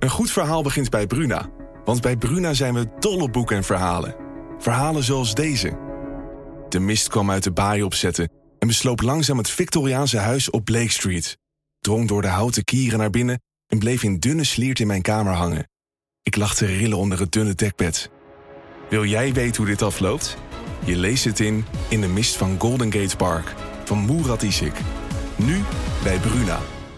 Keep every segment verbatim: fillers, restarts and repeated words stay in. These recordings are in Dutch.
Een goed verhaal begint bij Bruna. Want bij Bruna zijn we dol op boeken en verhalen. Verhalen zoals deze. De mist kwam uit de baai opzetten en besloop langzaam het Victoriaanse huis op Blake Street. Drong door de houten kieren naar binnen en bleef in dunne sliert in mijn kamer hangen. Ik lag te rillen onder het dunne dekbed. Wil jij weten hoe dit afloopt? Je leest het in In de mist van Golden Gate Park van Murat Isik. Nu bij Bruna.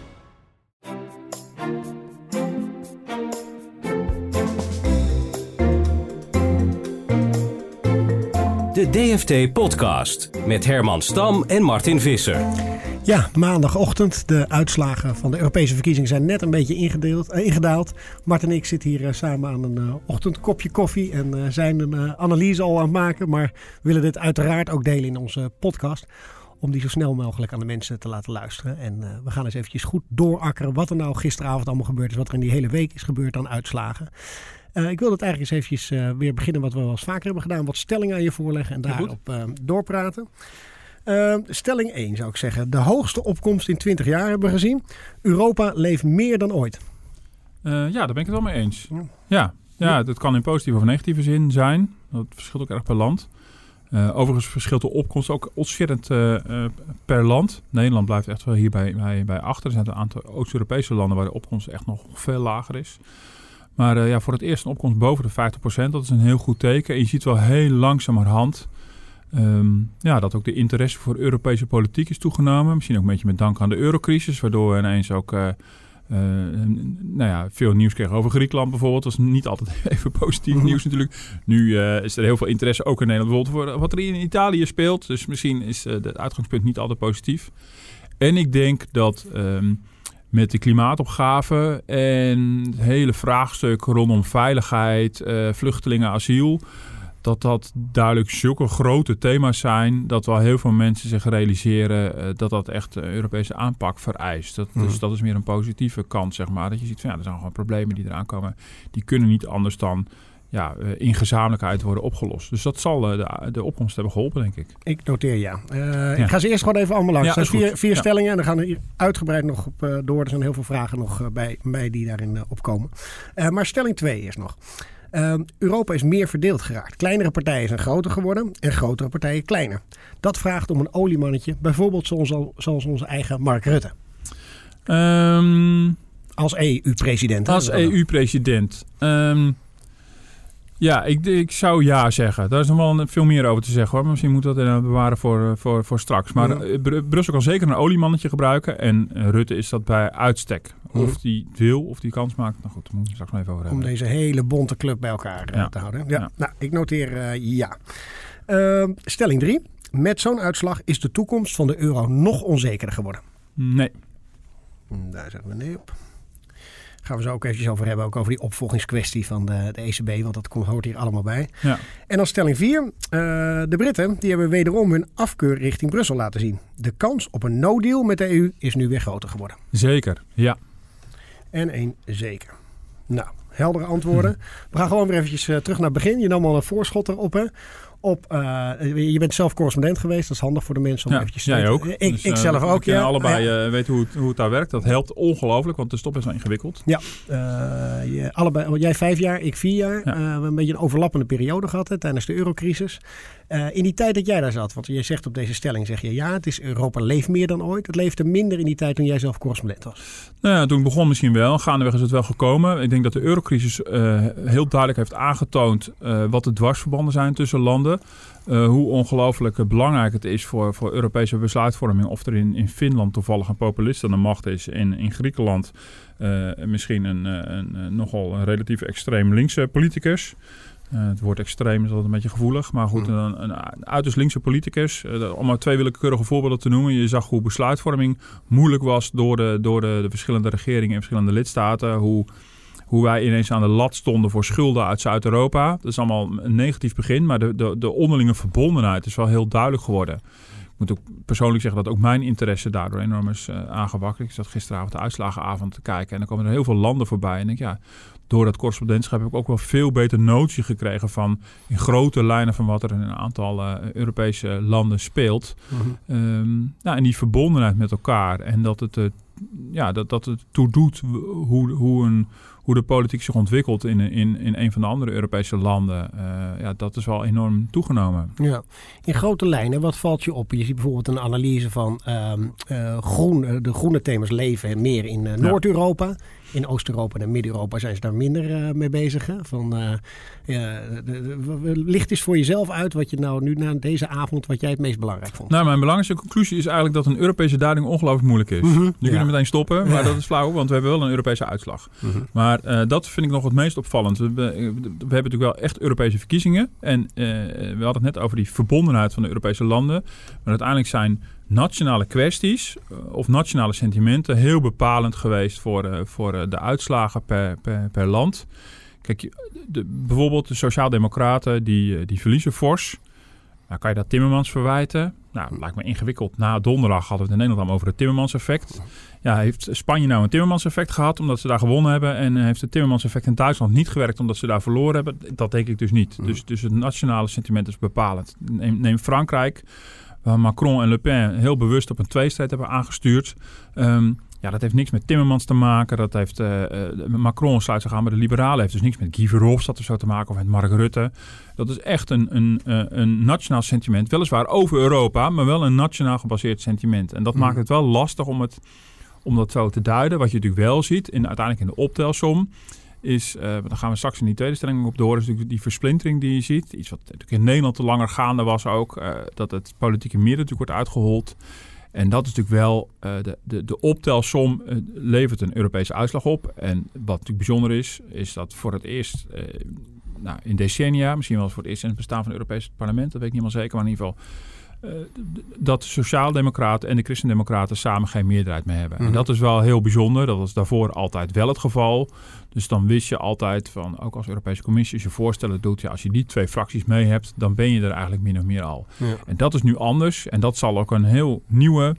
De D F T-podcast met Herman Stam en Martin Visser. Ja, maandagochtend. De uitslagen van de Europese verkiezingen zijn net een beetje ingedeeld, uh, ingedaald. Martin en ik zitten hier uh, samen aan een uh, ochtendkopje koffie en uh, zijn een uh, analyse al aan het maken. Maar we willen dit uiteraard ook delen in onze podcast. Om die zo snel mogelijk aan de mensen te laten luisteren. En uh, we gaan eens eventjes goed doorakkeren wat er nou gisteravond allemaal gebeurd is. Wat er in die hele week is gebeurd aan uitslagen. Uh, ik wil dat eigenlijk eens eventjes uh, weer beginnen wat we wel eens vaker hebben gedaan. Wat stellingen aan je voorleggen en daarop uh, doorpraten. Uh, stelling één zou ik zeggen. De hoogste opkomst in twintig jaar hebben we gezien. Europa leeft meer dan ooit. Uh, ja, daar ben ik het wel mee eens. Ja, ja, ja, dat kan in positieve of negatieve zin zijn. Dat verschilt ook erg per land. Uh, overigens verschilt de opkomst ook ontzettend uh, uh, per land. Nederland blijft echt wel hierbij bij, bij achter. Er zijn een aantal Oost-Europese landen waar de opkomst echt nog veel lager is. Maar uh, ja, voor het eerst een opkomst boven de vijftig procent. Dat is een heel goed teken. En je ziet wel heel langzamerhand um, ja, dat ook de interesse voor Europese politiek is toegenomen. Misschien ook een beetje met dank aan de eurocrisis. Waardoor we ineens ook uh, uh, nou ja, veel nieuws kregen over Griekenland bijvoorbeeld. Dat is niet altijd even positief nieuws natuurlijk. Nu uh, is er heel veel interesse ook in Nederland bijvoorbeeld voor wat er in Italië speelt. Dus misschien is uh, het uitgangspunt niet altijd positief. En ik denk dat Um, met de klimaatopgave en het hele vraagstuk rondom veiligheid, uh, vluchtelingen, asiel. Dat dat duidelijk zulke grote thema's zijn dat wel heel veel mensen zich realiseren uh, dat dat echt een Europese aanpak vereist. Dat, mm. Dus dat is meer een positieve kant, zeg maar. Dat je ziet van ja, er zijn gewoon problemen die eraan komen. Die kunnen niet anders dan ja, in gezamenlijkheid worden opgelost. Dus dat zal uh, de, de opkomst hebben geholpen, denk ik. Ik noteer ja. Uh, ja. Ik ga ze eerst gewoon even allemaal langs. Ja, er zijn vier, vier ja. stellingen en dan gaan we hier uitgebreid nog op uh, door. Er zijn heel veel vragen nog uh, bij mij die daarin uh, opkomen. Uh, maar stelling twee eerst nog. Uh, Europa is meer verdeeld geraakt. Kleinere partijen zijn groter geworden en grotere partijen kleiner. Dat vraagt om een oliemannetje, bijvoorbeeld zoals, zoals onze eigen Mark Rutte. Um, als E U-president. Als E U-president. Um, Ja, ik, ik zou ja zeggen. Daar is nog wel veel meer over te zeggen hoor. Maar misschien moeten we dat bewaren voor, voor, voor straks. Maar ja. Br- Brussel kan zeker een oliemannetje gebruiken. En Rutte is dat bij uitstek. Of die wil, of die kans maakt. Nou goed, daar moeten we straks nog even over hebben. Om deze hele bonte club bij elkaar ja. te houden. Ja. Ja. Nou, ik noteer uh, ja. Uh, stelling drie. Met zo'n uitslag is de toekomst van de euro nog onzekerder geworden. Nee. Daar zeggen we nee op. Gaan we zo ook eventjes over hebben. Ook over die opvolgingskwestie van de, de E C B. Want dat komt, hoort hier allemaal bij. Ja. En dan stelling vier. Uh, de Britten die hebben wederom hun afkeur richting Brussel laten zien. De kans op een no-deal met de E U is nu weer groter geworden. Zeker, ja. En één zeker. Nou, heldere antwoorden. Hm. We gaan gewoon weer eventjes uh, terug naar het begin. Je nam al een voorschot erop, hè. Op, uh, je bent zelf correspondent geweest. Dat is handig voor de mensen om ja, eventjes... Jij ook. Ik, dus, ik zelf uh, ook, we ja. allebei uh, weten hoe het, hoe het daar werkt. Dat helpt ongelooflijk, want het is toch best wel ingewikkeld. Ja, uh, je, allebei, jij vijf jaar, ik vier jaar. Ja. Uh, we hebben een beetje een overlappende periode gehad hè, tijdens de eurocrisis. Uh, in die tijd dat jij daar zat, want je zegt op deze stelling, zeg je ja, het is Europa leeft meer dan ooit. Het leefde minder in die tijd toen jij zelf correspondent was. Nou ja, toen begon misschien wel. Gaandeweg is het wel gekomen. Ik denk dat de eurocrisis uh, heel duidelijk heeft aangetoond uh, wat de dwarsverbanden zijn tussen landen. Uh, hoe ongelooflijk belangrijk het is voor, voor Europese besluitvorming. Of er in, in Finland toevallig een populist aan de macht is. In, in Griekenland uh, misschien een, een, een nogal een relatief extreem linkse politicus. Uh, het woord extreem is altijd een beetje gevoelig. Maar goed, een, een, een uiterst linkse politicus. Uh, om maar twee willekeurige voorbeelden te noemen. Je zag hoe besluitvorming moeilijk was door de, door de, de verschillende regeringen in verschillende lidstaten. Hoe... Hoe wij ineens aan de lat stonden voor schulden uit Zuid-Europa. Dat is allemaal een negatief begin. Maar de, de, de onderlinge verbondenheid is wel heel duidelijk geworden. Ik moet ook persoonlijk zeggen dat ook mijn interesse daardoor enorm is uh, aangewakkerd. Ik zat gisteravond de uitslagenavond te kijken. En dan komen er heel veel landen voorbij. En ik denk ja, door dat correspondentschap heb ik ook wel veel beter notie gekregen van in grote lijnen van wat er in een aantal uh, Europese landen speelt. Mm-hmm. Um, nou, en die verbondenheid met elkaar. En dat het, uh, ja, dat, dat het toe doet hoe, hoe een... hoe de politiek zich ontwikkelt in, in, in een van de andere Europese landen, uh, ja, dat is wel enorm toegenomen. Ja. In grote lijnen, wat valt je op? Je ziet bijvoorbeeld een analyse van uh, uh, groen, de groene thema's leven meer in uh, Noord-Europa. Ja. In Oost-Europa en Midden-Europa zijn ze daar minder uh, mee bezig. Hè? Van, uh, ja, de, de, de, licht eens voor jezelf uit wat je nou nu na deze avond, wat jij het meest belangrijk vond. Nou, mijn belangrijkste conclusie is eigenlijk dat een Europese duiding ongelooflijk moeilijk is. Mm-hmm. Je ja. kunt meteen stoppen, maar ja. dat is flauw, want we hebben wel een Europese uitslag. Mm-hmm. Maar uh, dat vind ik nog het meest opvallend. We, we, we hebben natuurlijk wel echt Europese verkiezingen. En uh, we hadden het net over die verbondenheid van de Europese landen. Maar uiteindelijk zijn nationale kwesties of nationale sentimenten heel bepalend geweest voor, uh, voor de uitslagen per, per, per land. Kijk, de, bijvoorbeeld de Sociaaldemocraten die, die verliezen fors. Nou, kan je dat Timmermans verwijten? Nou, dat lijkt me ingewikkeld. Na donderdag hadden we het in Nederland over het Timmermans-effect. Ja, heeft Spanje nou een Timmermans-effect gehad omdat ze daar gewonnen hebben? En heeft het Timmermans-effect in Duitsland niet gewerkt omdat ze daar verloren hebben? Dat denk ik dus niet. Mm. Dus, dus het nationale sentiment is bepalend. Neem, neem Frankrijk, waar Macron en Le Pen heel bewust op een tweestrijd hebben aangestuurd. Um, Ja, dat heeft niks met Timmermans te maken. Dat heeft, uh, uh, Macron sluit zich aan bij de liberalen. Heeft dus niks met Guy Verhofstadt of zo te maken. Of met Mark Rutte. Dat is echt een, een, uh, een nationaal sentiment. Weliswaar over Europa, maar wel een nationaal gebaseerd sentiment. En dat mm. maakt het wel lastig om, het, om dat zo te duiden. Wat je natuurlijk wel ziet, in, uiteindelijk in de optelsom, is, uh, dan gaan we straks in die tweede stelling op door, is natuurlijk die versplintering die je ziet. Iets wat natuurlijk in Nederland te langer gaande was ook. Uh, dat het politieke midden natuurlijk wordt uitgehold. En dat is natuurlijk wel, uh, de, de, de optelsom uh, levert een Europese uitslag op. En wat natuurlijk bijzonder is, is dat voor het eerst uh, nou, in decennia, misschien wel voor het eerst in het bestaan van het Europese parlement, dat weet ik niet helemaal zeker, maar in ieder geval, uh, dat de Sociaaldemocraten en de Christendemocraten samen geen meerderheid meer hebben. Mm-hmm. En dat is wel heel bijzonder. Dat was daarvoor altijd wel het geval. Dus dan wist je altijd van, ook als Europese Commissie, als je voorstellen doet, ja, als je die twee fracties mee hebt, dan ben je er eigenlijk min of meer al. Ja. En dat is nu anders. En dat zal ook een heel nieuwe,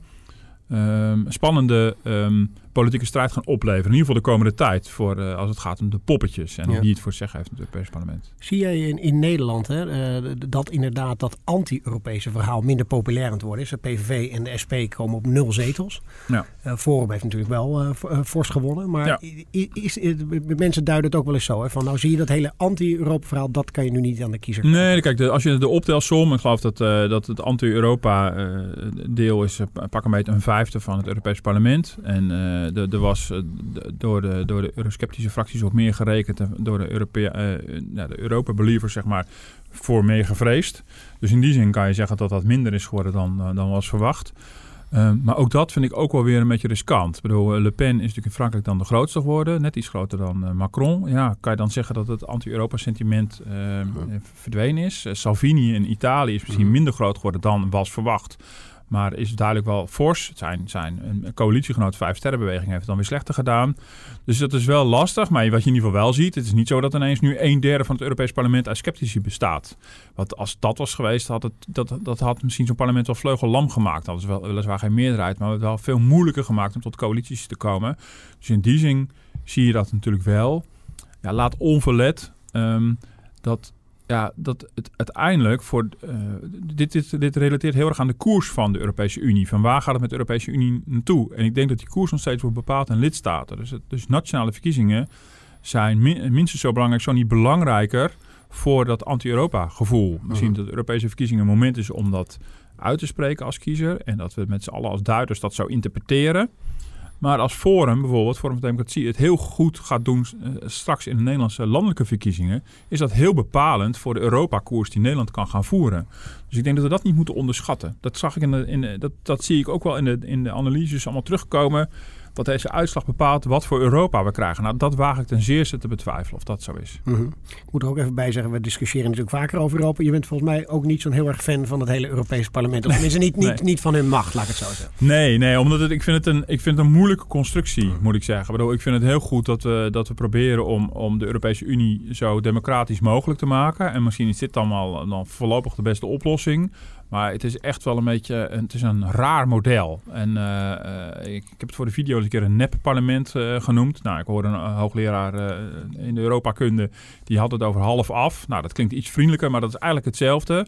um, spannende um, politieke strijd gaan opleveren. In ieder geval de komende tijd, voor, uh, als het gaat om de poppetjes. En ja. wie het voor zeggen heeft in het Europese parlement. Zie jij in, in Nederland hè, uh, dat inderdaad dat anti-Europese verhaal minder populair aan het worden is? De P V V en de S P komen op nul zetels. Ja. Uh, Forum heeft natuurlijk wel uh, fors gewonnen. Maar ja. is, is, is, mensen duiden het ook wel eens zo. Hè, van nou zie je dat hele anti-Europa verhaal, dat kan je nu niet aan de kiezer krijgen. Nee, kijk, de, als je de optelsom, ik geloof dat, uh, dat het anti-Europa uh, deel is uh, pak een beetje een vijfde van het Europese parlement. En uh, Er was uh, door de, door de eurosceptische fracties ook meer gerekend en door de, Europea, uh, ja, de Europa-believers zeg maar, voor meer gevreesd. Dus in die zin kan je zeggen dat dat minder is geworden dan, uh, dan was verwacht. Uh, maar ook dat vind ik ook wel weer een beetje riskant. Ik bedoel, Le Pen is natuurlijk in Frankrijk dan de grootste geworden. Net iets groter dan uh, Macron. Ja, kan je dan zeggen dat het anti-Europa-sentiment uh, ja. verdwenen is? Uh, Salvini in Italië is misschien minder groot geworden dan was verwacht. Maar is duidelijk wel fors. Zijn, zijn een coalitiegenoot Vijf Sterrenbeweging heeft het dan weer slechter gedaan. Dus dat is wel lastig. Maar wat je in ieder geval wel ziet, het is niet zo dat ineens nu een derde van het Europees parlement uit sceptici bestaat. Want als dat was geweest, had het, dat, dat had misschien zo'n parlement wel vleugellam gemaakt. Dat is wel weliswaar geen meerderheid, maar het wel veel moeilijker gemaakt om tot coalities te komen. Dus in die zin zie je dat natuurlijk wel. Ja, laat onverlet um, dat... Ja, dat het uiteindelijk voor uh, dit, dit, dit relateert heel erg aan de koers van de Europese Unie. Van waar gaat het met de Europese Unie naartoe? En ik denk dat die koers nog steeds wordt bepaald in lidstaten. Dus, het, dus nationale verkiezingen zijn min, minstens zo belangrijk, zo niet belangrijker voor dat anti-Europa gevoel. We zien dat de Europese verkiezingen een moment is om dat uit te spreken als kiezer. En dat we met z'n allen als Duitsers dat zo interpreteren. Maar als Forum, bijvoorbeeld, Forum voor Democratie, het heel goed gaat doen uh, straks in de Nederlandse landelijke verkiezingen, is dat heel bepalend voor de Europa-koers die Nederland kan gaan voeren. Dus ik denk dat we dat niet moeten onderschatten. Dat zag ik in de, in de, dat, dat zie ik ook wel in de, in de analyses allemaal terugkomen. Dat deze uitslag bepaalt wat voor Europa we krijgen. Nou, dat waag ik ten zeerste te betwijfelen of dat zo is. Mm-hmm. Ik moet er ook even bij zeggen, we discussiëren natuurlijk vaker over Europa. Je bent volgens mij ook niet zo'n heel erg fan van het hele Europese parlement. Of tenminste niet, niet, nee. niet van hun macht, laat ik het zo zeggen. Nee, nee, omdat het, ik, vind het een, ik vind het een moeilijke constructie, moet ik zeggen. Ik bedoel, ik vind het heel goed dat we, dat we proberen om, om de Europese Unie zo democratisch mogelijk te maken. En misschien is dit dan wel dan voorlopig de beste oplossing. Maar het is echt wel een beetje, het is een raar model. En uh, uh, ik, ik heb het voor de video eens een keer een nep-parlement uh, genoemd. Nou, ik hoorde een uh, hoogleraar uh, in de Europakunde, die had het over half af. Nou, dat klinkt iets vriendelijker, maar dat is eigenlijk hetzelfde.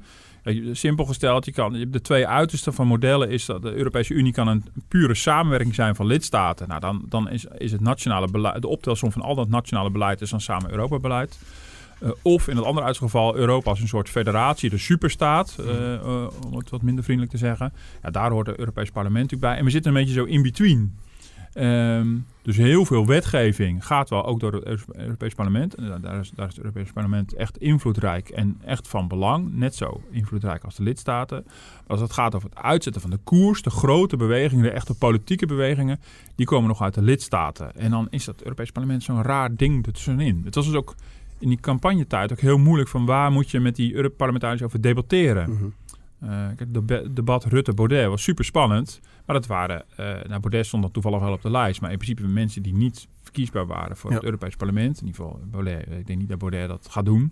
Simpel gesteld, je kan, je hebt de twee uitersten van modellen is dat de Europese Unie kan een pure samenwerking zijn van lidstaten. Nou, dan, dan is, is het nationale beleid, de optelsom van al dat nationale beleid is dan samen Europa-beleid. Uh, of in het andere uitsgeval Europa als een soort federatie, de superstaat, uh, uh, om het wat minder vriendelijk te zeggen. Ja, daar hoort het Europees Parlement natuurlijk bij. En we zitten een beetje zo in between. Um, dus heel veel wetgeving gaat wel ook door het Europees Parlement. En daar is, daar is het Europees Parlement echt invloedrijk en echt van belang. Net zo invloedrijk als de lidstaten. Maar als het gaat over het uitzetten van de koers, de grote bewegingen, de echte politieke bewegingen, die komen nog uit de lidstaten. En dan is dat Europees Parlement zo'n raar ding ertussenin. Het was dus ook in die campagnetijd ook heel moeilijk van waar moet je met die Europarlementariërs over debatteren. Mm-hmm. Uh, het debat Rutte-Baudet was super spannend. Maar dat waren, uh, nou Baudet stond dan toevallig wel op de lijst. Maar in principe mensen die niet verkiesbaar waren voor ja. het Europees Parlement. In ieder geval Baudet, ik denk niet dat Baudet dat gaat doen.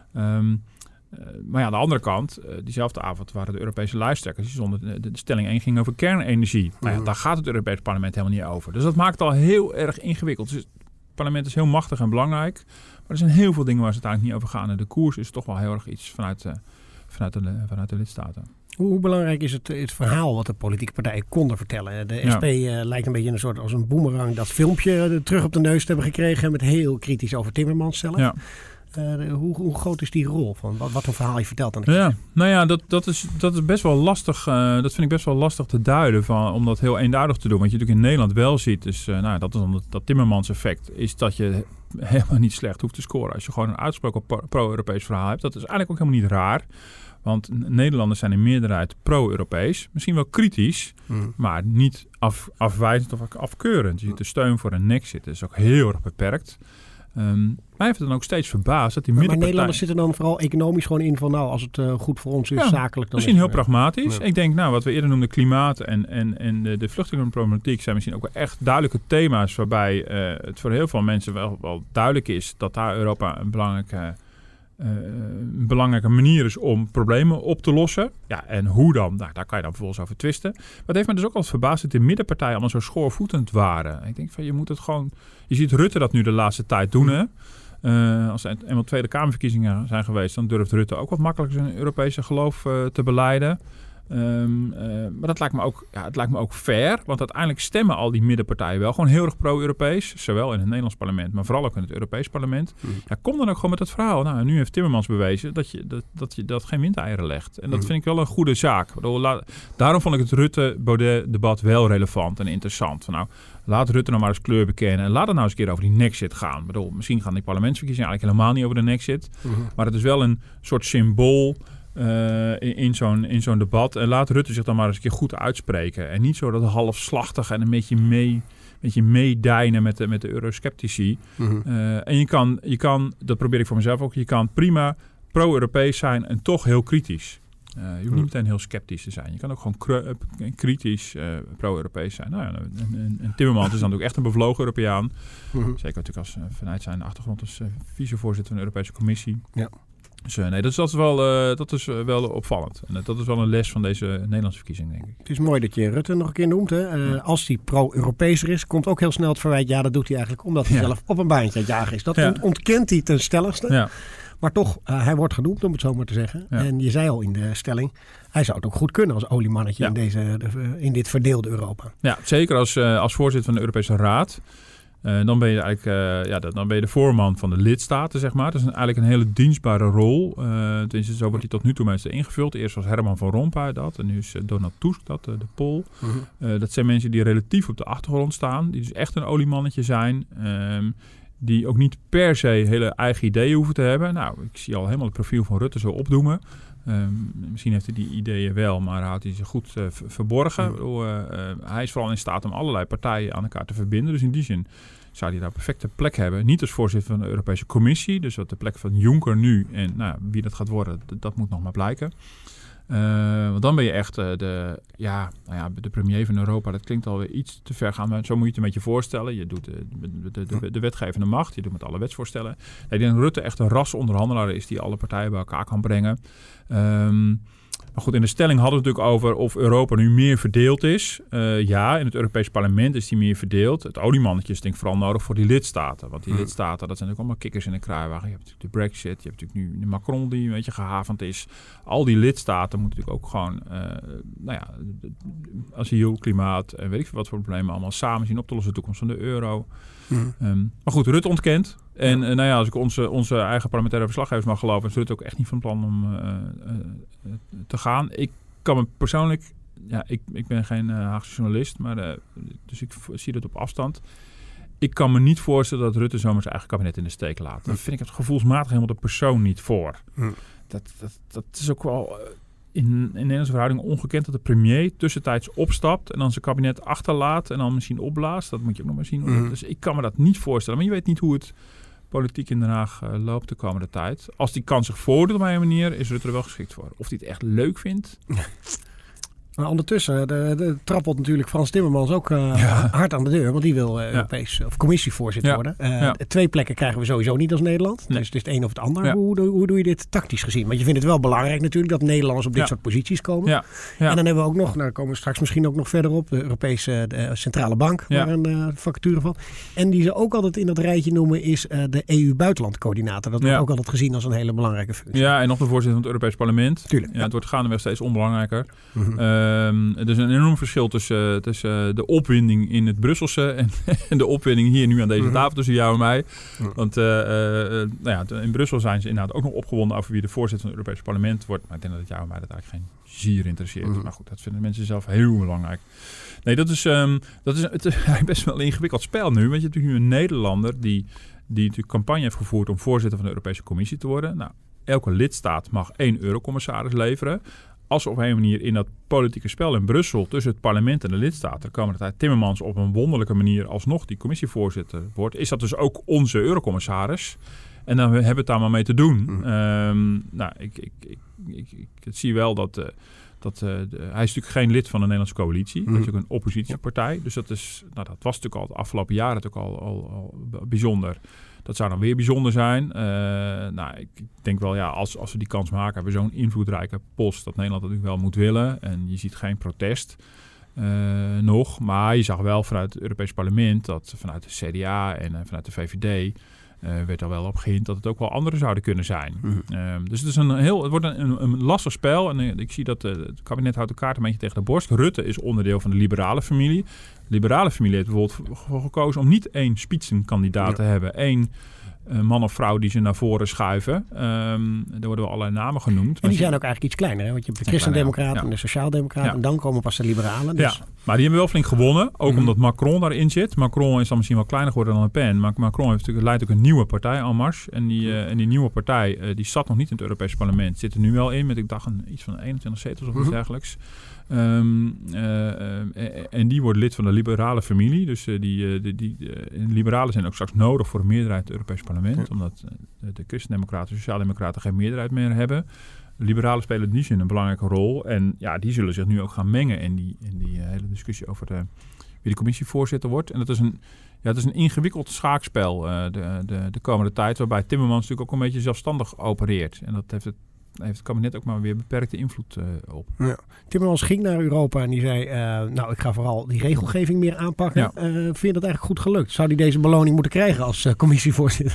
Um, uh, maar ja, aan de andere kant, uh, diezelfde avond waren de Europese lijsttrekkers. Die stonden, de, de stelling één ging over kernenergie. Mm-hmm. Nou ja, daar gaat het Europees Parlement helemaal niet over. Dus dat maakt het al heel erg ingewikkeld. Dus het parlement is heel machtig en belangrijk. Maar er zijn heel veel dingen waar ze het eigenlijk niet over gaan. En de koers is toch wel heel erg iets vanuit... Uh, Vanuit de, vanuit de lidstaten. Hoe, hoe belangrijk is het, het verhaal wat de politieke partijen konden vertellen? De S P ja. uh, lijkt een beetje een soort als een boemerang dat filmpje uh, terug op de neus te hebben gekregen. Met heel kritisch over Timmermans zelf. Ja. Uh, de, hoe, hoe groot is die rol? Van wat, wat een verhaal je vertelt aan de ja, Nou ja, dat, dat, is, dat is best wel lastig. Uh, dat vind ik best wel lastig te duiden. Van, om dat heel eenduidig te doen. Wat je natuurlijk in Nederland wel ziet. Dus, uh, nou, dat is dan dat, dat Timmermans effect. Is dat je helemaal niet slecht hoeft te scoren. Als je gewoon een uitgesproken pro-Europees verhaal hebt. Dat is eigenlijk ook helemaal niet raar. Want Nederlanders zijn in meerderheid pro-Europees. Misschien wel kritisch, mm. maar niet af, afwijzend of afkeurend. Je ziet de steun voor een Nexit is ook heel erg beperkt. Um, mij heeft het dan ook steeds verbaasd dat die maar, middenpartijen... Maar Nederlanders zitten dan vooral economisch gewoon in van... nou, als het uh, goed voor ons is, ja, zakelijk... dan misschien is heel het, pragmatisch. Ja. Ik denk, nou, wat we eerder noemden, klimaat en, en, en de, de vluchtelingenproblematiek... zijn misschien ook wel echt duidelijke thema's... waarbij uh, het voor heel veel mensen wel, wel duidelijk is... dat daar Europa een belangrijke... Uh, een belangrijke manier is om problemen op te lossen. Ja, en hoe dan? Nou, daar kan je dan vervolgens over twisten. Maar het heeft me dus ook altijd verbaasd dat de middenpartijen allemaal zo schoorvoetend waren. Ik denk van, je moet het gewoon... Je ziet Rutte dat nu de laatste tijd doen, hè? Uh, als er eenmaal Tweede Kamerverkiezingen zijn geweest... dan durft Rutte ook wat makkelijker zijn Europese geloof uh, te beleiden. Um, uh, maar dat lijkt me ook, ja, het lijkt me ook fair. Want uiteindelijk stemmen al die middenpartijen wel gewoon heel erg pro-Europees. Zowel in het Nederlands parlement, maar vooral ook in het Europees parlement. Mm. Ja, kom dan ook gewoon met het verhaal. Nou, nu heeft Timmermans bewezen dat je dat, dat, je dat geen windeieren legt. En dat mm. vind ik wel een goede zaak. Daarom vond ik het Rutte-Baudet-debat wel relevant en interessant. Van, nou, laat Rutte nou maar eens kleur bekennen. En laat het nou eens een keer over die Nexit gaan. Ik bedoel, misschien gaan die parlementsverkiezingen eigenlijk helemaal niet over de Nexit. Mm. Maar het is wel een soort symbool... Uh, in, in, zo'n, in zo'n debat. En laat Rutte zich dan maar eens een keer goed uitspreken. En niet zo dat halfslachtig en een beetje mee... beetje meedijnen met de, met de eurosceptici. Mm-hmm. Uh, en je kan, je kan, dat probeer ik voor mezelf ook... je kan prima pro-Europees zijn en toch heel kritisch. Uh, je hoeft niet meteen heel sceptisch te zijn. Je kan ook gewoon kr- kritisch uh, pro-Europees zijn. Nou ja, en, en, en Timmermans is dan natuurlijk echt een bevlogen Europeaan. Mm-hmm. Zeker natuurlijk als uh, vanuit zijn achtergrond als uh, vicevoorzitter van de Europese Commissie. Ja. Dus uh, nee, dat is, dat is, wel, uh, dat is uh, wel opvallend. En uh, dat is wel een les van deze Nederlandse verkiezing, denk ik. Het is mooi dat je Rutte nog een keer noemt. Hè? Uh, ja. Als hij pro-Europeeser is, komt ook heel snel het verwijt... ja, dat doet hij eigenlijk omdat hij ja. zelf op een baantje aan het jagen is. Dat ja. ontkent hij ten stelligste. Ja. Maar toch, uh, hij wordt genoemd, om het zo maar te zeggen. Ja. En je zei al in de stelling... hij zou het ook goed kunnen als oliemannetje ja. in, deze, de, in dit verdeelde Europa. Ja, zeker als, uh, als voorzitter van de Europese Raad... Uh, dan ben je eigenlijk uh, ja, dan ben je de voorman van de lidstaten, zeg maar. Dat is een, eigenlijk een hele dienstbare rol. Uh, tenminste, zo wordt die tot nu toe meestal ingevuld. Eerst was Herman van Rompuy dat. En nu is uh, Donald Tusk dat, uh, de Pool. Uh-huh. Uh, dat zijn mensen die relatief op de achtergrond staan. Die dus echt een oliemannetje zijn. Um, die ook niet per se hele eigen ideeën hoeven te hebben. Nou, ik zie al helemaal het profiel van Rutte zo opdoemen. Um, misschien heeft hij die ideeën wel, maar houdt hij ze goed uh, verborgen. Mm. Uh, uh, hij is vooral in staat om allerlei partijen aan elkaar te verbinden. Dus in die zin zou hij daar een perfecte plek hebben. Niet als voorzitter van de Europese Commissie. Dus wat de plek van Juncker nu. En nou, wie dat gaat worden, d- dat moet nog maar blijken. Uh, want dan ben je echt uh, de, ja, nou ja, de premier van Europa. Dat klinkt alweer iets te ver gaan, maar zo moet je het een beetje voorstellen. Je doet de, de, de, de wetgevende macht, je doet met alle wetsvoorstellen. Ik denk dat Rutte echt een rasonderhandelaar is die alle partijen bij elkaar kan brengen. Um, Maar goed, in de stelling hadden we het natuurlijk over of Europa nu meer verdeeld is. Uh, ja, in het Europees Parlement is die meer verdeeld. Het oliemannetje is denk ik vooral nodig voor die lidstaten. Want die hmm. lidstaten, dat zijn natuurlijk allemaal kikkers in de kruiwagen. Je hebt natuurlijk de Brexit, je hebt natuurlijk nu de Macron die een beetje gehavend is. Al die lidstaten moeten natuurlijk ook gewoon, uh, nou ja, asiel, klimaat en weet ik veel wat voor problemen allemaal samen zien op te lossen. De toekomst van de euro. Hmm. Um, maar goed, Rutte ontkent. En ja. Uh, nou ja, als ik onze, onze eigen parlementaire verslaggevers mag geloven, is Rutte ook echt niet van plan om uh, uh, te gaan. Ik kan me persoonlijk, ja, ik, ik ben geen uh, Haagse journalist, maar uh, dus ik zie dat op afstand. Ik kan me niet voorstellen dat Rutte zomaar zijn eigen kabinet in de steek laat. Daar vind ik het gevoelsmatig helemaal de persoon niet voor. Hmm. Dat, dat, dat is ook wel uh, in, in Nederlandse verhouding ongekend dat de premier tussentijds opstapt en dan zijn kabinet achterlaat en dan misschien opblaast. Dat moet je ook nog maar zien. Hmm. Dus ik kan me dat niet voorstellen. Maar je weet niet hoe het politiek in Den Haag uh, loopt de komende tijd. Als die kans zich voordoet op een manier, is Rutte er wel geschikt voor. Of hij het echt leuk vindt. Maar ondertussen de, de trappelt natuurlijk Frans Timmermans ook uh, ja. hard aan de deur. Want die wil uh, ja. Europees of commissievoorzitter ja. worden. Uh, ja. Twee plekken krijgen we sowieso niet als Nederland. Nee. Dus het is het een of het ander. Ja. Hoe, hoe, hoe doe je dit tactisch gezien? Want je vindt het wel belangrijk natuurlijk dat Nederlanders op dit ja. soort posities komen. Ja. Ja. En dan hebben we ook nog, nou daar komen we straks misschien ook nog verder op, de Europese de Centrale Bank, ja. waar een uh, vacature van. En die ze ook altijd in dat rijtje noemen is uh, de E U-buitenlandcoördinator. Dat wordt ja. ook altijd gezien als een hele belangrijke functie. Ja, en nog de voorzitter van het Europees Parlement. Tuurlijk. Ja, ja. Het wordt gaandeweg steeds onbelangrijker. Mm-hmm. Uh, Um, er is een enorm verschil tussen, tussen de opwinding in het Brusselse en, en de opwinding hier nu aan deze mm-hmm. tafel tussen jou en mij. Mm-hmm. Want uh, uh, nou ja, in Brussel zijn ze inderdaad ook nog opgewonden over wie de voorzitter van het Europees Parlement wordt. Maar ik denk dat het jou en mij dat eigenlijk geen zier interesseert. Mm-hmm. Maar goed, dat vinden mensen zelf heel belangrijk. Nee, dat is, um, dat is het is best wel een ingewikkeld spel nu. Want je hebt natuurlijk nu een Nederlander die, die natuurlijk campagne heeft gevoerd om voorzitter van de Europese Commissie te worden. Nou, elke lidstaat mag één eurocommissaris leveren. Als op een manier in dat politieke spel in Brussel tussen het parlement en de lidstaten komen dat Timmermans op een wonderlijke manier alsnog die commissievoorzitter wordt, is dat dus ook onze eurocommissaris. En dan hebben we het daar maar mee te doen. Mm. Um, nou, ik, ik, ik, ik, ik, ik zie wel dat, uh, dat uh, de, hij is natuurlijk geen lid van de Nederlandse coalitie. Mm. Dat is ook een oppositiepartij. Dus dat is, nou, dat was natuurlijk al de afgelopen jaren natuurlijk al, al, al bijzonder. Dat zou dan weer bijzonder zijn. Uh, nou, ik denk wel, ja, als, als we die kans maken, hebben we zo'n invloedrijke post dat Nederland natuurlijk wel moet willen. En je ziet geen protest uh, nog. Maar je zag wel vanuit het Europees Parlement dat vanuit de C D A en uh, vanuit de V V D uh, werd al wel op gehind dat het ook wel anderen zouden kunnen zijn. Mm-hmm. Uh, dus het, is een heel, het wordt een, een, een lastig spel. En uh, ik zie dat uh, het kabinet houdt de kaart een beetje tegen de borst. Rutte is onderdeel van de liberale familie. De liberale familie heeft bijvoorbeeld voor gekozen om niet één spitsenkandidaat ja. te hebben. Eén uh, man of vrouw die ze naar voren schuiven. Um, er worden wel allerlei namen genoemd. En die zijn ook eigenlijk iets kleiner. Hè? Want je hebt de Christendemocraten ja. en de Sociaaldemocraten. Ja. En dan komen pas de liberalen. Dus. Ja, maar die hebben wel flink gewonnen. Ook mm-hmm. omdat Macron daarin zit. Macron is dan misschien wel kleiner geworden dan Le Pen. Maar Macron heeft natuurlijk, leidt ook een nieuwe partij, En Marche. En die, uh, en die nieuwe partij uh, die zat nog niet in het Europees Parlement. Zit er nu wel in met, ik dacht, een, iets van eenentwintig zetels of iets mm-hmm. dergelijks. Um, uh, uh, en die wordt lid van de liberale familie. Dus uh, die, uh, die, die uh, liberalen zijn ook straks nodig voor een meerderheid in het Europees Parlement. Ja. Omdat uh, de christendemocraten en sociaaldemocraten geen meerderheid meer hebben. De liberalen spelen in die zin een belangrijke rol. En ja, die zullen zich nu ook gaan mengen in die, in die uh, hele discussie over de, wie de commissievoorzitter wordt. En dat is een, ja, dat is een ingewikkeld schaakspel uh, de, de, de komende tijd. Waarbij Timmermans natuurlijk ook een beetje zelfstandig opereert. En dat heeft het heeft het kabinet ook maar weer beperkte invloed uh, op. Ja. Timmermans ging naar Europa en die zei, uh, nou, ik ga vooral die regelgeving meer aanpakken. Ja. Uh, vind je dat eigenlijk goed gelukt? Zou hij deze beloning moeten krijgen als uh, commissievoorzitter?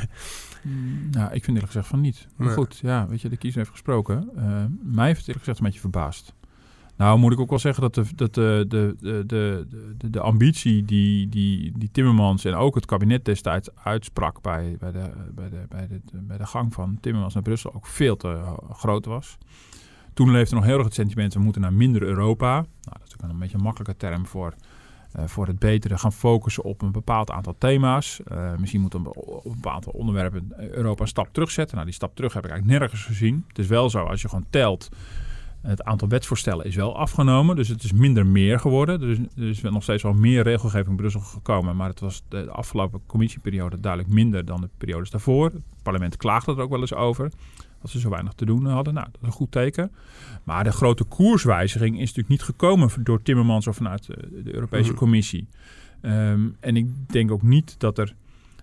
Mm, nou, ik vind eerlijk gezegd van niet. Maar ja. goed, ja, weet je, de kiezer heeft gesproken. Uh, mij heeft het eerlijk gezegd een beetje verbaasd. Nou, moet ik ook wel zeggen dat de, dat de, de, de, de, de, de ambitie die, die, die Timmermans en ook het kabinet destijds uitsprak bij, bij, de, bij, de, bij, de, bij de gang van Timmermans naar Brussel ook veel te groot was. Toen leefde nog heel erg het sentiment, we moeten naar minder Europa. Nou, dat is ook een beetje een makkelijke term voor, uh, voor het betere gaan focussen op een bepaald aantal thema's. Uh, misschien moet op een bepaald aantal onderwerpen Europa een stap terugzetten. Nou, die stap terug heb ik eigenlijk nergens gezien. Het is wel zo, als je gewoon telt, het aantal wetsvoorstellen is wel afgenomen, dus het is minder meer geworden. Er is, er is nog steeds wel meer regelgeving in Brussel gekomen, maar het was de afgelopen commissieperiode duidelijk minder dan de periodes daarvoor. Het parlement klaagde er ook wel eens over, dat ze zo weinig te doen hadden. Nou, dat is een goed teken. Maar de grote koerswijziging is natuurlijk niet gekomen door Timmermans of vanuit de Europese Commissie. Um, en ik denk ook niet dat er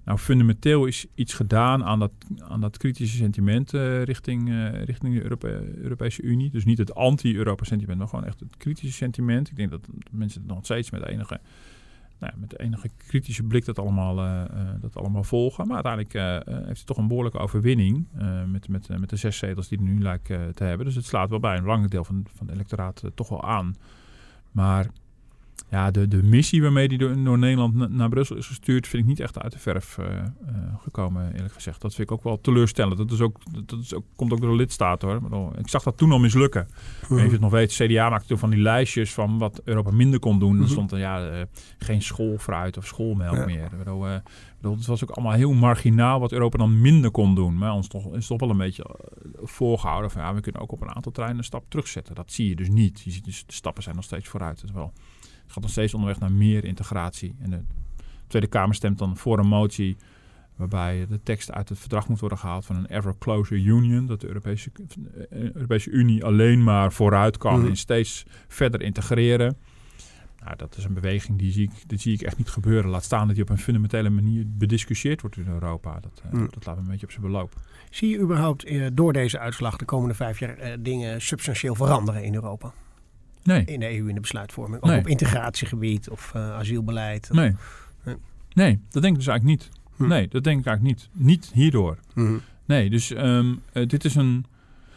Nou, fundamenteel is iets gedaan aan dat, aan dat kritische sentiment uh, richting, uh, richting de Europe- Europese Unie. Dus niet het anti-Europa sentiment, maar gewoon echt het kritische sentiment. Ik denk dat mensen het nog steeds met enige, nou ja, met enige kritische blik dat allemaal, uh, uh, dat allemaal volgen. Maar uiteindelijk uh, heeft het toch een behoorlijke overwinning uh, met, met, uh, met de zes zetels die er nu lijkt uh, te hebben. Dus het slaat wel bij een belangrijk deel van, van het electoraat uh, toch wel aan. Maar ja, de, de missie waarmee die door, door Nederland na, naar Brussel is gestuurd, vind ik niet echt uit de verf uh, uh, gekomen, eerlijk gezegd. Dat vind ik ook wel teleurstellend. Dat, is ook, dat is ook, komt ook door de lidstaten, hoor. Maar ik zag dat toen al mislukken. Mm-hmm. Als je het nog weet, C D A maakte toen van die lijstjes van wat Europa minder kon doen. Mm-hmm. Er stond er ja, uh, geen schoolfruit of schoolmelk ja. meer. Bedoel, uh, bedoel, het was ook allemaal heel marginaal wat Europa dan minder kon doen. Maar ons toch, is het toch wel een beetje uh, voorgehouden van ja, we kunnen ook op een aantal terreinen een stap terugzetten. Dat zie je dus niet. Je ziet dus, de stappen zijn nog steeds vooruit. Dat is wel... Het gaat nog steeds onderweg naar meer integratie. En de Tweede Kamer stemt dan voor een motie waarbij de tekst uit het verdrag moet worden gehaald van een ever closer union. Dat de Europese, de Europese Unie alleen maar vooruit kan mm. en steeds verder integreren. Nou, dat is een beweging die zie, ik, die zie ik echt niet gebeuren. Laat staan dat die op een fundamentele manier bediscussieerd wordt in Europa. Dat, uh, mm. dat laten we een beetje op zijn beloop. Zie je überhaupt uh, door deze uitslag de komende vijf jaar uh, dingen substantieel veranderen in Europa? Nee. In de E U, in de besluitvorming. Ook nee. op integratiegebied of uh, asielbeleid. Of, nee. nee. Nee, dat denk ik dus eigenlijk niet. Hm. Nee, dat denk ik eigenlijk niet. Niet hierdoor. Hm. Nee, dus um, uh, dit is een...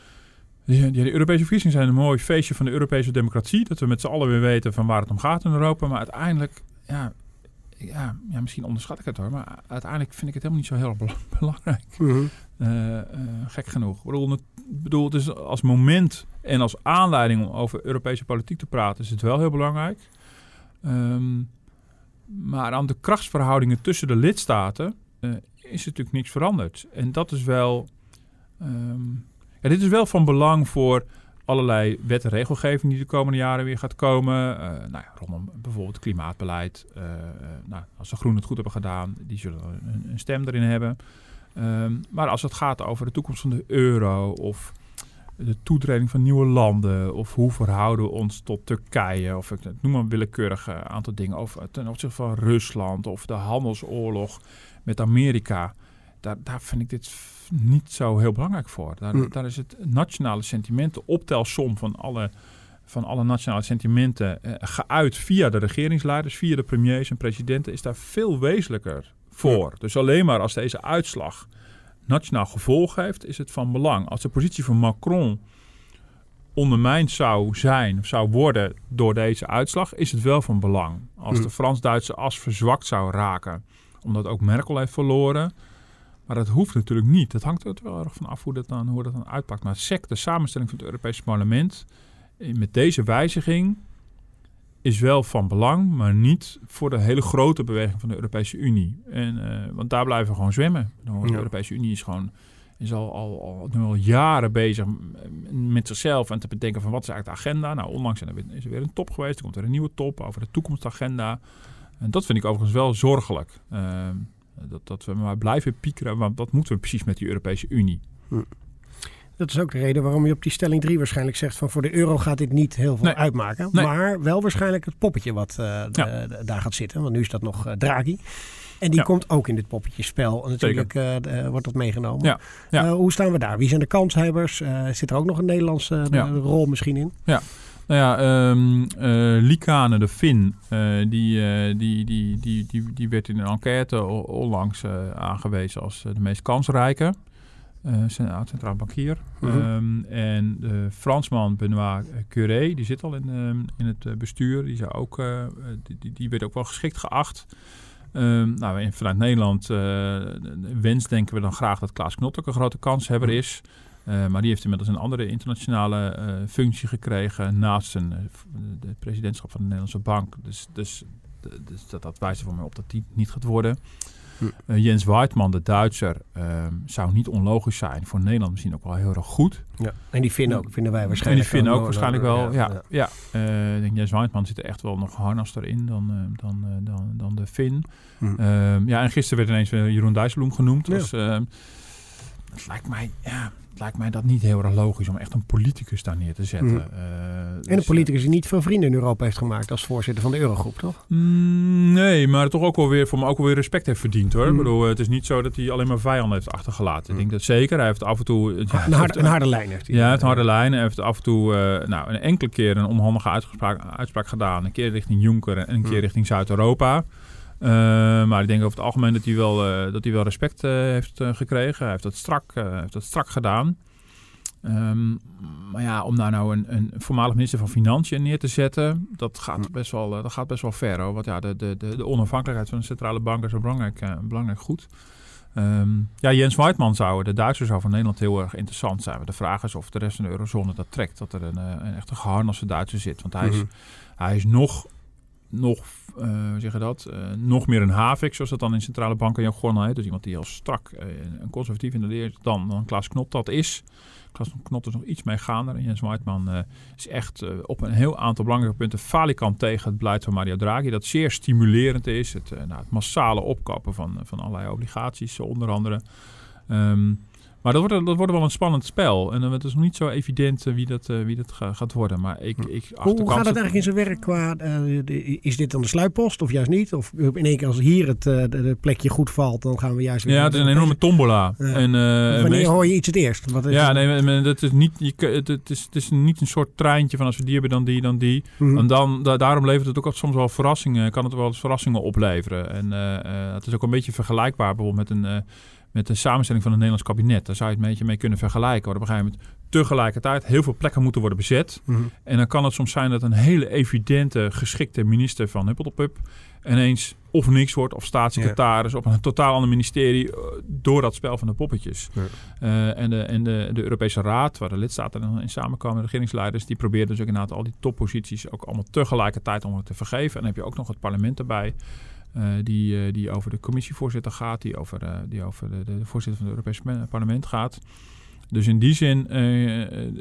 Ja, de Europese verkiezingen zijn een mooi feestje van de Europese democratie. Dat we met z'n allen weer weten van waar het om gaat in Europa. Maar uiteindelijk... Ja, ja, ja misschien onderschat ik het hoor. Maar uiteindelijk vind ik het helemaal niet zo heel belangrijk. Hm. Uh, uh, gek genoeg. Ik bedoel, het, bedoel, het is als moment en als aanleiding om over Europese politiek te praten is het wel heel belangrijk. Um, maar aan de krachtsverhoudingen tussen de lidstaten uh, is natuurlijk niks veranderd. En dat is wel... Um, ja, dit is wel van belang voor allerlei wet en regelgeving die de komende jaren weer gaat komen. Uh, nou ja, rondom bijvoorbeeld het klimaatbeleid. Uh, uh, nou, als de Groenen het goed hebben gedaan, die zullen een, een stem erin hebben. Um, maar als het gaat over de toekomst van de euro of de toetreding van nieuwe landen of hoe verhouden we ons tot Turkije of ik noem maar een willekeurig aantal dingen of ten opzichte van Rusland of de handelsoorlog met Amerika, daar, daar vind ik dit niet zo heel belangrijk voor. Daar, mm. daar is het nationale sentiment, de optelsom van alle, van alle nationale sentimenten uh, geuit via de regeringsleiders, via de premiers en presidenten, is daar veel wezenlijker voor. Mm. Dus alleen maar als deze uitslag nationaal gevolg heeft, is het van belang. Als de positie van Macron ondermijnd zou zijn of zou worden door deze uitslag, is het wel van belang. Als mm. de Frans-Duitse as verzwakt zou raken, omdat ook Merkel heeft verloren. Maar dat hoeft natuurlijk niet. Dat hangt er wel erg van af hoe dat dan, hoe dat dan uitpakt. Maar S E C, de samenstelling van het Europese parlement, met deze wijziging is wel van belang, maar niet voor de hele grote beweging van de Europese Unie. En, uh, want daar blijven we gewoon zwemmen. De ja. Europese Unie is gewoon is al, al, al, nu al jaren bezig met zichzelf en te bedenken van wat is eigenlijk de agenda. Nou, onlangs is er weer een top geweest. Er komt er een nieuwe top over de toekomstagenda. En dat vind ik overigens wel zorgelijk. Uh, dat, dat we maar blijven piekeren, want dat moeten we precies met die Europese Unie. Hm. Dat is ook de reden waarom je op die stelling drie waarschijnlijk zegt van voor de euro gaat dit niet heel veel nee. uitmaken. Nee. Maar wel waarschijnlijk het poppetje wat uh, de, ja. de, daar gaat zitten. Want nu is dat nog uh, Draghi. En die ja. komt ook in dit poppetjespel. En natuurlijk uh, de, wordt dat meegenomen. Ja. Ja. Uh, hoe staan we daar? Wie zijn de kanshebbers? Uh, zit er ook nog een Nederlandse ja. rol misschien in? Ja. Nou ja, um, uh, Liikanen, de Fin, uh, die, uh, die, die, die, die, die werd in een enquête onlangs uh, aangewezen als uh, de meest kansrijke. Uh, centraal bankier. Uh-huh. Um, en de Fransman Benoît Cœuré, die zit al in, um, in het uh, bestuur. Die, zou ook, uh, die, die werd ook wel geschikt geacht. Um, nou, vanuit Nederland uh, wens denken we dan graag dat Klaas Knot ook een grote kanshebber is. Uh, maar die heeft inmiddels een andere internationale uh, functie gekregen naast zijn, uh, de presidentschap van de Nederlandse Bank. Dus, dus, dus dat, dat wijst er voor mij op dat die niet gaat worden. Uh, Jens Weidmann, de Duitser, uh, zou niet onlogisch zijn. Voor Nederland misschien ook wel heel erg goed. Ja. En die Finn ook, vinden wij waarschijnlijk. En die Finn ook waarschijnlijk wel, ja. ja, ja. ja. Uh, ik denk Jens Weidmann zit er echt wel nog harnaster in dan, uh, dan, uh, dan, dan de Finn. Hm. Uh, ja, en gisteren werd ineens uh, Jeroen Dijsselbloem genoemd. Ja. Als, uh, het lijkt mij, ja, het lijkt mij dat niet heel erg logisch om echt een politicus daar neer te zetten. Mm. Uh, dus, en een politicus die niet veel vrienden in Europa heeft gemaakt als voorzitter van de Eurogroep, toch? Mm, nee, maar toch ook wel weer voor me ook wel weer respect heeft verdiend, hoor. Mm. Ik bedoel, het is niet zo dat hij alleen maar vijanden heeft achtergelaten. Mm. Ik denk dat zeker. Hij heeft af en toe ja, een, harde, een harde lijn heeft hij. Ja, hij heeft een harde lijn. Hij heeft af en toe uh, nou, een enkele keer een onhandige uitspraak, uitspraak gedaan. Een keer richting Juncker en een keer mm. richting Zuid-Europa. Uh, maar ik denk over het algemeen dat hij wel, uh, dat hij wel respect uh, heeft uh, gekregen. Hij heeft dat strak, uh, heeft dat strak gedaan. Um, maar ja, om daar nou een, een voormalig minister van Financiën neer te zetten, dat gaat best wel, uh, dat gaat best wel ver, hoor. Want ja, de, de, de, de onafhankelijkheid van de centrale bank is een belangrijk, uh, belangrijk goed. Um, ja, Jens Weidmann zou, de Duitser zou van Nederland heel erg interessant zijn. Maar de vraag is of de rest van de eurozone dat trekt. Dat er een, een echte geharnaste Duitser zit. Want hij is, mm-hmm. hij is nog... nog, uh, hoe zeg je dat, uh, nog meer een havik, zoals dat dan in centrale banken jargon heet. Dus iemand die heel strak uh, en conservatief in de leer dan, dan Klaas Knot dat is. Klaas Knot is nog iets meegaander. En Jens Weidmann uh, is echt uh, op een heel aantal belangrijke punten falikant tegen het beleid van Mario Draghi. Dat zeer stimulerend is. Het, uh, nou, het massale opkopen van, van allerlei obligaties, onder andere. Um, Maar dat wordt, dat wordt wel een spannend spel. En het is nog niet zo evident uh, wie dat, uh, wie dat ga, gaat worden. Maar ik, ik Hoe, hoe gaat het eigenlijk in zijn werk? Qua, uh, de, is dit dan de sluippost of juist niet? Of in één keer als hier het uh, de, de plekje goed valt, dan gaan we juist weer... Ja, het is een enorme tombola. Uh, en, uh, wanneer meest... hoor je iets het eerst? Wat ja, nee, maar dat is niet, je, het, het, is, het is niet een soort treintje van als we die hebben, dan die, dan die. Mm-hmm. En dan, da, daarom levert het ook altijd soms wel verrassingen. Kan het wel eens verrassingen opleveren. En uh, uh, het is ook een beetje vergelijkbaar bijvoorbeeld met een... Uh, met de samenstelling van het Nederlands kabinet. Daar zou je het een beetje mee kunnen vergelijken. Waar op een gegeven moment tegelijkertijd heel veel plekken moeten worden bezet. Mm-hmm. En dan kan het soms zijn dat een hele evidente, geschikte minister van Huppeldepup ineens of niks wordt, of staatssecretaris, ja. op een totaal ander ministerie, door dat spel van de poppetjes. Ja. Uh, en de, en de, de Europese Raad, waar de lidstaten dan in samenkomen, de regeringsleiders, die proberen dus ook inderdaad al die topposities ook allemaal tegelijkertijd om het te vergeven. En dan heb je ook nog het parlement erbij. Uh, die, uh, die over de commissievoorzitter gaat, die over, uh, die over de, de voorzitter van het Europese parlement gaat. Dus in die zin uh,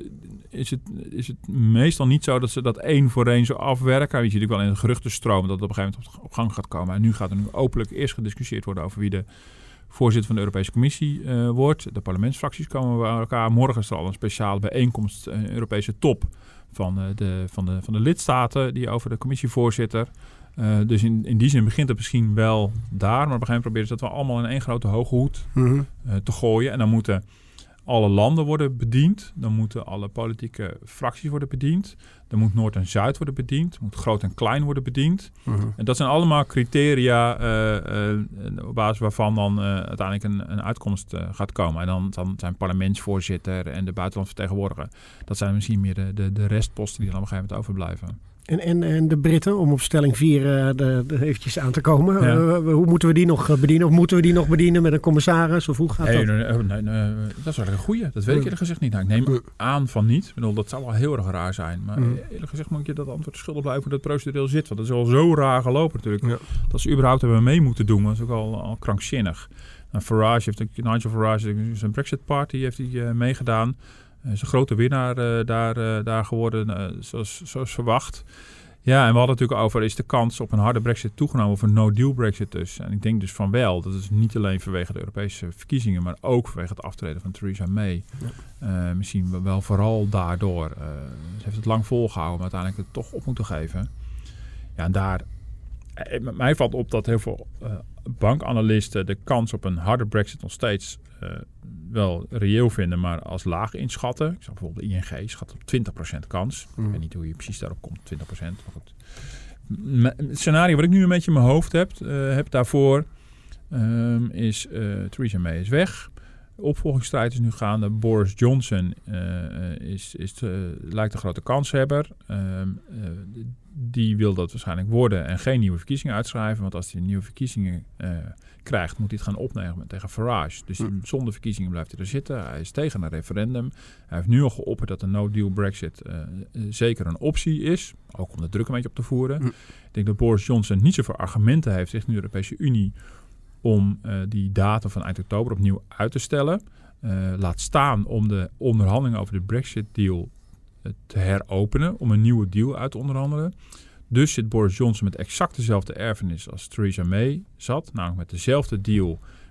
is, het, is het meestal niet zo dat ze dat één voor één zo afwerken. Je ziet natuurlijk wel in de geruchtenstroom dat het op een gegeven moment op gang gaat komen. En nu gaat er nu openlijk eerst gediscussieerd worden over wie de voorzitter van de Europese Commissie uh, wordt. De parlementsfracties komen bij elkaar. Morgen is er al een speciale bijeenkomst, een Europese top van, uh, de, van, de, van de lidstaten die over de commissievoorzitter. Uh, dus in, in die zin begint het misschien wel daar. Maar op een gegeven moment proberen ze dat wel allemaal in één grote hoge hoed mm-hmm. uh, te gooien. En dan moeten alle landen worden bediend. Dan moeten alle politieke fracties worden bediend. Dan moet Noord en Zuid worden bediend. Dan moet groot en klein worden bediend. Mm-hmm. En dat zijn allemaal criteria uh, uh, op basis waarvan dan uh, uiteindelijk een, een uitkomst uh, gaat komen. En dan, dan zijn parlementsvoorzitter en de buitenlandvertegenwoordiger. Dat zijn misschien meer de, de, de restposten die dan op een gegeven moment overblijven. En, en, en de Britten, om op stelling vier uh, de, de eventjes aan te komen. Ja. Uh, hoe moeten we die nog bedienen? Of moeten we die nog bedienen met een commissaris? Of hoe gaat nee, dat? Nee, nee, nee, dat is eigenlijk een goeie. Dat weet ik eerlijk gezegd niet. Nou, ik neem uh. aan van niet. Ik bedoel, dat zou wel heel erg raar zijn. Maar uh. eerlijk gezegd moet je dat antwoord schuldig blijven hoe dat procedureel zit. Want dat is al zo raar gelopen natuurlijk. Ja. Dat ze überhaupt hebben mee moeten doen. Dat is ook al, al krankzinnig. Nou, Farage heeft, Nigel Farage, zijn Brexit Party heeft hij uh, meegedaan. Hij is een grote winnaar uh, daar, uh, daar geworden, uh, zoals, zoals verwacht. Ja, en we hadden natuurlijk over, is de kans op een harde Brexit toegenomen of een no-deal Brexit dus. En ik denk dus van wel. Dat is niet alleen vanwege de Europese verkiezingen, maar ook vanwege het aftreden van Theresa May. Ja. Uh, misschien wel vooral daardoor. Uh, ze heeft het lang volgehouden, maar uiteindelijk het toch op moeten geven. Ja, en daar... Uh, mij valt op dat heel veel uh, bankanalisten de kans op een harde Brexit nog steeds uh, wel reëel vinden, maar als laag inschatten. Ik zag bijvoorbeeld de I N G schat op twintig procent kans. Mm. Ik weet niet hoe je precies daarop komt, twintig procent. Maar goed. Het scenario wat ik nu een beetje in mijn hoofd heb, uh, heb daarvoor um, is uh, Theresa May is weg. De opvolgingsstrijd is nu gaande. Boris Johnson uh, is, is, uh, lijkt een grote kanshebber. Uh, uh, die wil dat waarschijnlijk worden en geen nieuwe verkiezingen uitschrijven. Want als hij nieuwe verkiezingen uh, krijgt, moet hij het gaan opnemen tegen Farage. Dus mm. zonder verkiezingen blijft hij er zitten. Hij is tegen een referendum. Hij heeft nu al geopperd dat een no-deal Brexit uh, uh, zeker een optie is. Ook om de druk een beetje op te voeren. Mm. Ik denk dat Boris Johnson niet zoveel argumenten heeft richting de Europese Unie om uh, die datum van eind oktober opnieuw uit te stellen. Uh, laat staan om de onderhandelingen over de Brexit-deal uh, te heropenen, om een nieuwe deal uit te onderhandelen. Dus zit Boris Johnson met exact dezelfde erfenis als Theresa May zat, namelijk met dezelfde deal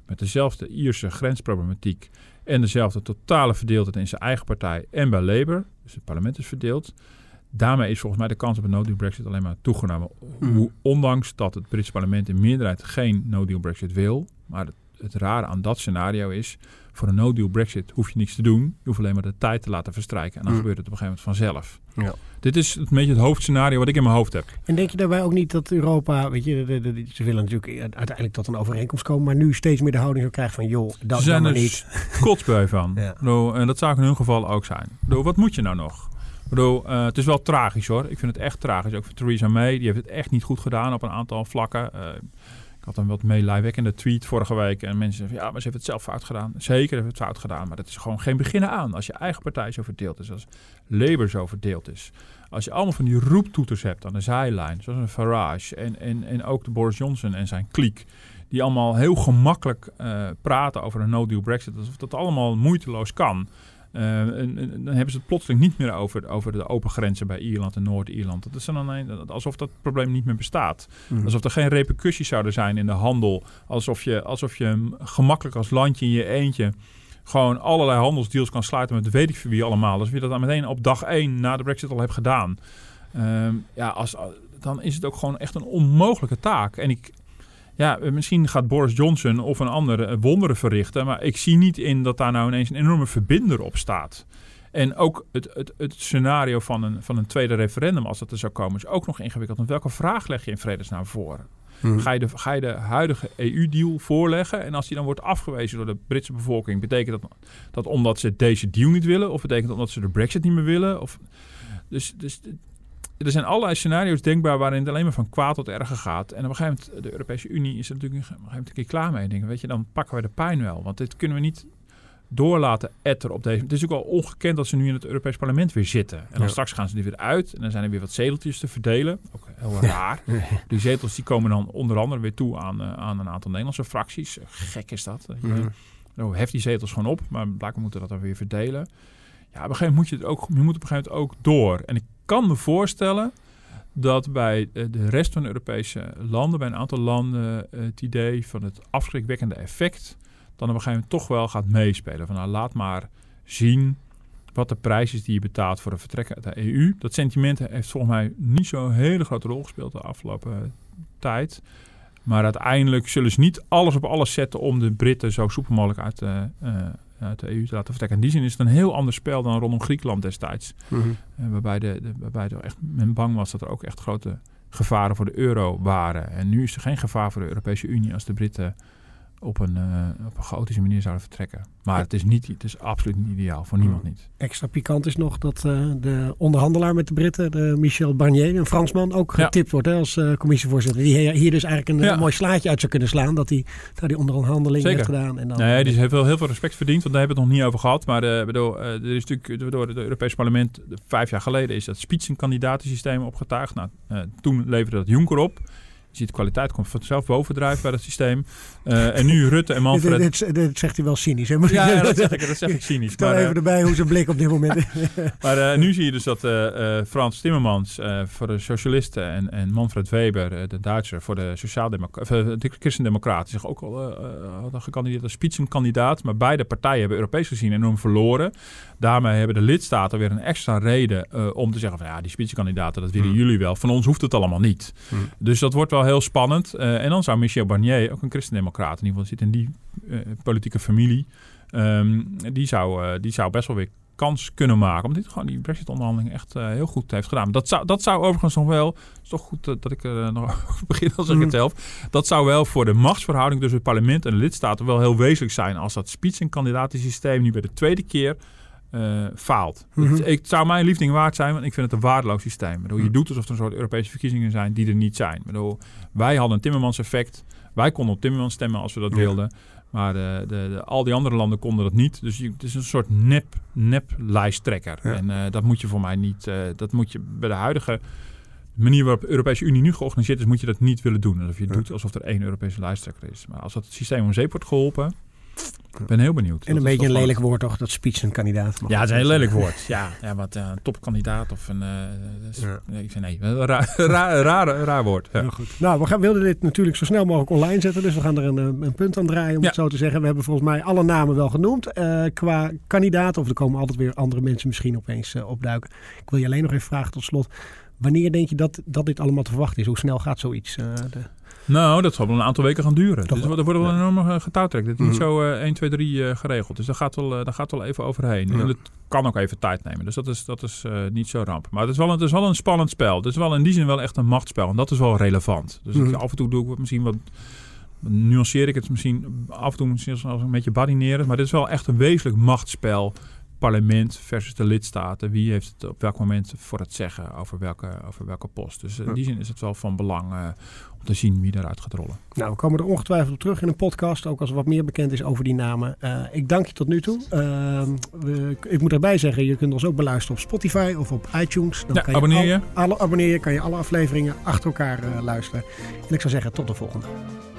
met dezelfde Ierse grensproblematiek en dezelfde totale verdeeldheid in zijn eigen partij en bij Labour. Dus het parlement is verdeeld. Daarmee is volgens mij de kans op een no-deal Brexit alleen maar toegenomen. Mm. Hoe, ondanks dat het Britse parlement in meerderheid geen no-deal Brexit wil. Maar het, het rare aan dat scenario is, voor een no-deal Brexit hoef je niks te doen. Je hoeft alleen maar de tijd te laten verstrijken. En dan mm. gebeurt het op een gegeven moment vanzelf. Ja. Dit is een beetje het hoofdscenario wat ik in mijn hoofd heb. En denk je daarbij ook niet dat Europa, weet je, de, de, de, ze willen natuurlijk uiteindelijk tot een overeenkomst komen, maar nu steeds meer de houding zo krijgt van, joh, dat zijn maar er niet. Kotsbeu van. Ja. Bedoel, en dat zou in hun geval ook zijn. Bedoel, wat moet je nou nog? Bedoel, uh, het is wel tragisch hoor. Ik vind het echt tragisch. Ook voor Theresa May. Die heeft het echt niet goed gedaan op een aantal vlakken. Uh, ik had een wat meelijwekkende tweet vorige week. En mensen zeggen, ja, maar ze heeft het zelf fout gedaan. Zeker heeft het fout gedaan. Maar dat is gewoon geen beginnen aan. Als je eigen partij zo verdeeld is. Als Labour zo verdeeld is. Als je allemaal van die roeptoeters hebt aan de zijlijn. Zoals een Farage. En, en, en ook de Boris Johnson en zijn kliek. Die allemaal heel gemakkelijk uh, praten over een no-deal Brexit. Alsof dat allemaal moeiteloos kan. Uh, en, en, dan hebben ze het plotseling niet meer over, over de open grenzen bij Ierland en Noord-Ierland. Dat is dan een, alsof dat probleem niet meer bestaat. Mm. Alsof er geen repercussies zouden zijn in de handel. Alsof je, alsof je gemakkelijk als landje in je eentje gewoon allerlei handelsdeals kan sluiten met weet ik voor wie allemaal. Dus je dat dan meteen op dag één na de Brexit al hebt gedaan. Uh, ja, als, dan is het ook gewoon echt een onmogelijke taak. En ik... Ja, misschien gaat Boris Johnson of een ander wonderen verrichten. Maar ik zie niet in dat daar nou ineens een enorme verbinder op staat. En ook het, het, het scenario van een, van een tweede referendum, als dat er zou komen, is ook nog ingewikkeld. Want welke vraag leg je in vredesnaam voor? Hmm. Ga je, de, ga je de huidige E U-deal voorleggen? En als die dan wordt afgewezen door de Britse bevolking, betekent dat, dat omdat ze deze deal niet willen? Of betekent dat omdat ze de Brexit niet meer willen? Of, dus... dus er zijn allerlei scenario's denkbaar waarin het alleen maar van kwaad tot erger gaat. En op een gegeven moment, de Europese Unie is er natuurlijk op een gegeven moment een keer klaar mee. Denken, weet je, dan pakken we de pijn wel. Want dit kunnen we niet door laten etteren op deze... Het is ook al ongekend dat ze nu in het Europees Parlement weer zitten. En dan ja. straks gaan ze er weer uit. En dan zijn er weer wat zeteltjes te verdelen. Ook heel raar. Die zetels die komen dan onder andere weer toe aan, uh, aan een aantal Nederlandse fracties. Gek is dat. Mm-hmm. Nou, heft die zetels gewoon op. Maar blijkbaar moeten we dat dan weer verdelen. Ja, op een gegeven moment moet je het ook, je moet op een gegeven moment ook door. En ik kan me voorstellen dat bij de rest van de Europese landen, bij een aantal landen, het idee van het afschrikwekkende effect dan op een gegeven moment toch wel gaat meespelen. Van nou, laat maar zien wat de prijs is die je betaalt voor een vertrek uit de E U. Dat sentiment heeft volgens mij niet zo'n hele grote rol gespeeld de afgelopen tijd. Maar uiteindelijk zullen ze niet alles op alles zetten om de Britten zo soepel mogelijk uit de, uh, uit de E U te laten vertrekken. In die zin is het een heel ander spel dan rondom Griekenland destijds. Mm-hmm. Uh, waarbij, de, de, waarbij er echt, men bang was dat er ook echt grote gevaren voor de euro waren. En nu is er geen gevaar voor de Europese Unie als de Britten op een, uh, op een chaotische manier zouden vertrekken. Maar het is, niet, het is absoluut niet ideaal. Voor niemand niet. Extra pikant is nog dat uh, de onderhandelaar met de Britten, de Michel Barnier, een Fransman, ook getipt ja. wordt hè, als uh, commissievoorzitter. Die hier dus eigenlijk een, ja. een mooi slaatje uit zou kunnen slaan. Dat hij daar die onderhandelingen heeft gedaan. En dan, nee, die heeft wel heel veel respect verdiend. Want daar hebben we het nog niet over gehad. Maar uh, bedoel, uh, er is natuurlijk door het Europese parlement vijf jaar geleden is dat spitsenkandidatensysteem opgetuigd. Nou, uh, toen leverde dat Juncker op. Je ziet de kwaliteit komt vanzelf bovendrijven bij dat systeem. Uh, en nu Rutte en Manfred... dit, dit, dit zegt hij wel cynisch. Hè? Ja, ja, dat zeg ik, dat zeg ik cynisch. Vertel maar, even uh, erbij hoe zijn blik op dit moment is. Maar uh, nu zie je dus dat uh, uh, Frans Timmermans uh, voor de socialisten en, en Manfred Weber, uh, de Duitser, voor de, sociaaldemocra- uh, de christendemocraten zich ook al uh, hadden gekandideerd als spitsenkandidaat. Maar beide partijen hebben Europees gezien enorm verloren. Daarmee hebben de lidstaten weer een extra reden uh, om te zeggen van ja, die spitsenkandidaten, dat willen mm. jullie wel. Van ons hoeft het allemaal niet. Mm. Dus dat wordt wel heel spannend. Uh, en dan zou Michel Barnier, ook een christendemocraat, in ieder geval zit in die uh, politieke familie, um, die, zou, uh, die zou best wel weer kans kunnen maken. Omdat dit gewoon die Brexit-onderhandeling echt uh, heel goed heeft gedaan. Dat zou, dat zou overigens nog wel, het is toch goed uh, dat ik uh, nog begin als ik het zelf, dat zou wel voor de machtsverhouding tussen het parlement en de lidstaten wel heel wezenlijk zijn als dat spitsenkandidatensysteem nu bij de tweede keer Uh, faalt. Mm-hmm. Het, het zou mijn liefding waard zijn, want ik vind het een waardeloos systeem. Bedoel, je doet alsof er een soort Europese verkiezingen zijn die er niet zijn. Bedoel, wij hadden een Timmermans effect. Wij konden op Timmermans stemmen als we dat ja. wilden. Maar de, de, de, al die andere landen konden dat niet. Dus je, het is een soort nep, nep lijsttrekker. Ja. En uh, dat moet je voor mij niet... Uh, dat moet je bij de huidige manier waarop de Europese Unie nu georganiseerd is, moet je dat niet willen doen. Alsof je ja. doet alsof er één Europese lijsttrekker is. Maar als dat het systeem om zeep wordt geholpen, Ik ben heel benieuwd. En een beetje een lelijk woord toch, dat spitsenkandidaat. Ja, het is een heel lelijk woord. Ja, ja wat uh, een topkandidaat of een... Uh, dus, ja. nee, ik zei nee, een raar, raar, raar, raar woord. Ja. Heel goed. Nou, we gaan, wilden dit natuurlijk zo snel mogelijk online zetten. Dus we gaan er een, een punt aan draaien, om ja. het zo te zeggen. We hebben volgens mij alle namen wel genoemd. Uh, qua kandidaat, of er komen altijd weer andere mensen misschien opeens uh, opduiken. Ik wil je alleen nog even vragen tot slot. Wanneer denk je dat, dat dit allemaal te verwachten is? Hoe snel gaat zoiets? Uh, de... Nou, dat zal wel een aantal weken gaan duren. Dus er wordt wel een enorme getouwtrek. Dit is niet zo uh, één, twee, drie uh, geregeld. Dus daar gaat wel, uh, daar gaat wel even overheen. Ja. En het kan ook even tijd nemen. Dus dat is, dat is uh, niet zo ramp. Maar het is, wel een, het is wel een spannend spel. Het is wel in die zin wel echt een machtsspel. En dat is wel relevant. Dus mm-hmm. ik, af en toe doe ik misschien wat... nuanceer ik het misschien af en toe misschien als een beetje badinerend. Maar dit is wel echt een wezenlijk machtsspel. Parlement versus de lidstaten. Wie heeft het op welk moment voor het zeggen over welke, over welke post. Dus in die zin is het wel van belang uh, om te zien wie eruit gaat rollen. Nou, we komen er ongetwijfeld op terug in een podcast. Ook als er wat meer bekend is over die namen. Uh, ik dank je tot nu toe. Uh, we, ik moet erbij zeggen, je kunt ons ook beluisteren op Spotify of op iTunes. Dan ja, kan abonneer je. je. Al, alle, abonneer je, kan je alle afleveringen achter elkaar uh, luisteren. En ik zou zeggen, tot de volgende.